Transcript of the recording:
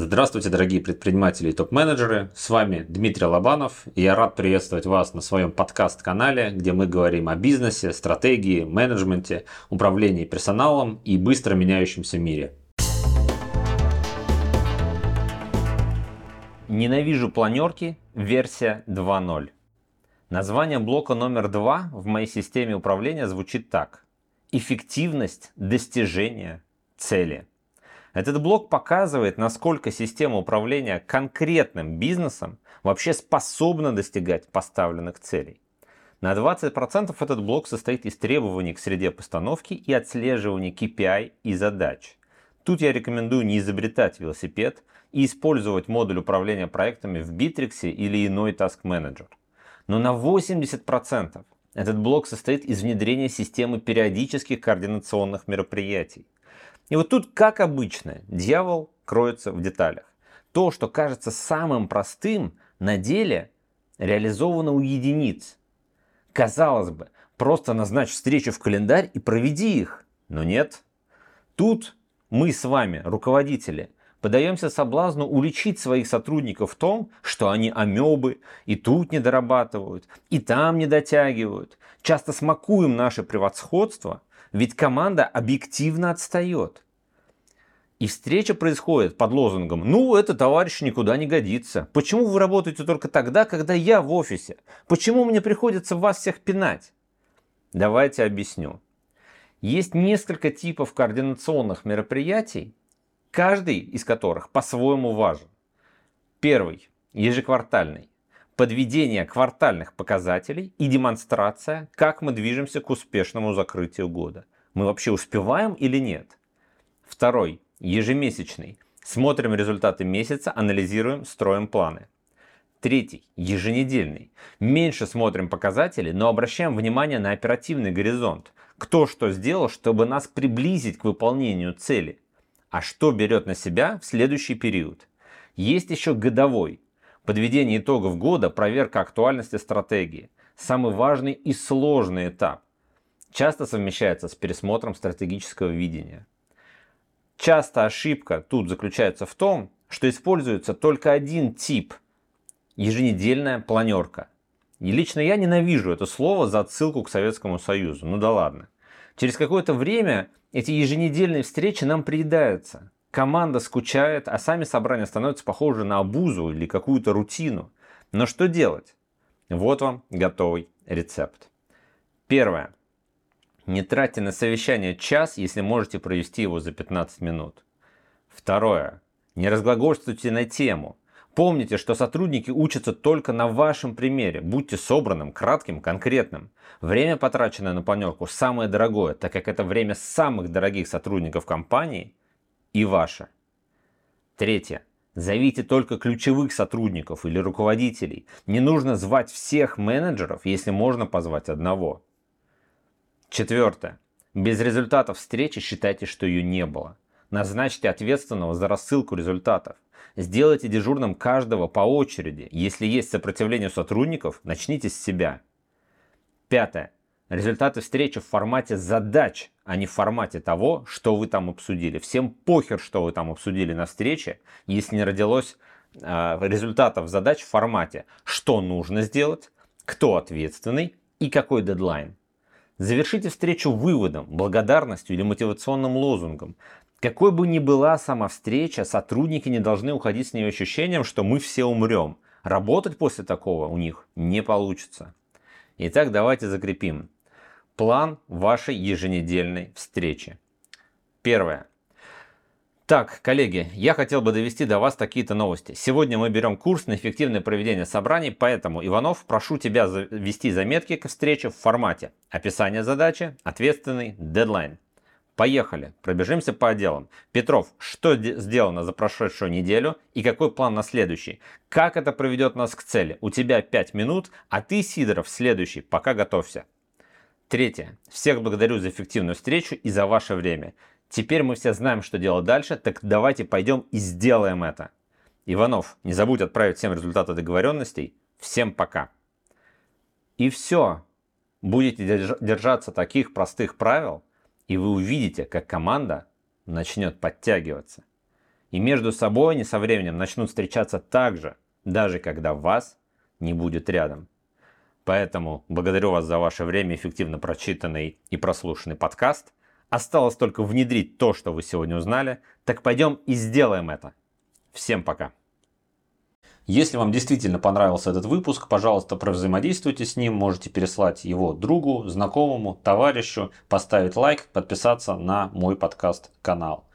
Здравствуйте, дорогие предприниматели и топ-менеджеры. С вами Дмитрий Лобанов, и я рад приветствовать вас на своем подкаст-канале, где мы говорим о бизнесе, стратегии, менеджменте, управлении персоналом и быстро меняющемся мире. Ненавижу планерки, версия 2.0. Название блока номер 2 в моей системе управления звучит так. Эффективность достижения цели. Этот блок показывает, насколько система управления конкретным бизнесом вообще способна достигать поставленных целей. На 20% этот блок состоит из требований к среде постановки и отслеживания KPI и задач. Тут я рекомендую не изобретать велосипед и использовать модуль управления проектами в Bittrex или иной Task Manager. Но на 80% этот блок состоит из внедрения системы периодических координационных мероприятий. И вот тут, как обычно, дьявол кроется в деталях. То, что кажется самым простым, на деле реализовано у единиц. Казалось бы, просто назначь встречу в календарь и проведи их. Но нет. Тут мы с вами, руководители, подаемся соблазну уличить своих сотрудников в том, что они амебы, и тут не дорабатывают, и там не дотягивают. Часто смакуем наше превосходство, ведь команда объективно отстает. И встреча происходит под лозунгом «Ну, этот товарищ никуда не годится. Почему вы работаете только тогда, когда я в офисе? Почему мне приходится вас всех пинать?» Давайте объясню. Есть несколько типов координационных мероприятий, каждый из которых по-своему важен. Первый – ежеквартальный. Подведение квартальных показателей и демонстрация, как мы движемся к успешному закрытию года. Мы вообще успеваем или нет? Второй – ежемесячный. Смотрим результаты месяца, анализируем, строим планы. Третий – еженедельный. Меньше смотрим показатели, но обращаем внимание на оперативный горизонт. Кто что сделал, чтобы нас приблизить к выполнению цели. А что берет на себя в следующий период. Есть еще годовой. Подведение итогов года, проверка актуальности стратегии. Самый важный и сложный этап. Часто совмещается с пересмотром стратегического видения. Часто ошибка тут заключается в том, что используется только один тип – еженедельная планерка. И лично я ненавижу это слово за отсылку к Советскому Союзу. Ну да ладно. Через какое-то время эти еженедельные встречи нам приедаются. Команда скучает, а сами собрания становятся похожи на обузу или какую-то рутину. Но что делать? Вот вам готовый рецепт. Первое. Не тратьте на совещание час, если можете провести его за 15 минут. Второе. Не разглагольствуйте на тему. Помните, что сотрудники учатся только на вашем примере. Будьте собранным, кратким, конкретным. Время, потраченное на планерку, самое дорогое, так как это время самых дорогих сотрудников компании и ваше. Третье. Зовите только ключевых сотрудников или руководителей. Не нужно звать всех менеджеров, если можно позвать одного. Четвертое. Без результатов встречи считайте, что ее не было. Назначьте ответственного за рассылку результатов. Сделайте дежурным каждого по очереди. Если есть сопротивление сотрудников, начните с себя. Пятое. Результаты встречи в формате задач, а не в формате того, что вы там обсудили. Всем похер, что вы там обсудили на встрече, если не родилось результатов задач в формате, что нужно сделать, кто ответственный и какой дедлайн. Завершите встречу выводом, благодарностью или мотивационным лозунгом. Какой бы ни была сама встреча, сотрудники не должны уходить с нее ощущением, что мы все умрем. Работать после такого у них не получится. Итак, давайте закрепим. План вашей еженедельной встречи. Первое. Так, коллеги, я хотел бы довести до вас такие-то новости. Сегодня мы берем курс на эффективное проведение собраний, поэтому, Иванов, прошу тебя вести заметки к встрече в формате описание задачи, ответственный, дедлайн. Поехали, пробежимся по отделам. Петров, что сделано за прошедшую неделю и какой план на следующий? Как это приведет нас к цели? У тебя 5 минут, а ты, Сидоров, следующий, пока готовься. Третье. Всех благодарю за эффективную встречу и за ваше время. Теперь мы все знаем, что делать дальше, так давайте пойдем и сделаем это. Иванов, не забудь отправить всем результаты договоренностей. Всем пока. И все. Будете держаться таких простых правил, и вы увидите, как команда начнет подтягиваться. И между собой они со временем начнут встречаться так же, даже когда вас не будет рядом. Поэтому благодарю вас за ваше время, эффективно прочитанный и прослушанный подкаст. Осталось только внедрить то, что вы сегодня узнали. Так пойдем и сделаем это. Всем пока. Если вам действительно понравился этот выпуск, пожалуйста, провзаимодействуйте с ним. Можете переслать его другу, знакомому, товарищу, поставить лайк, подписаться на мой подкаст-канал.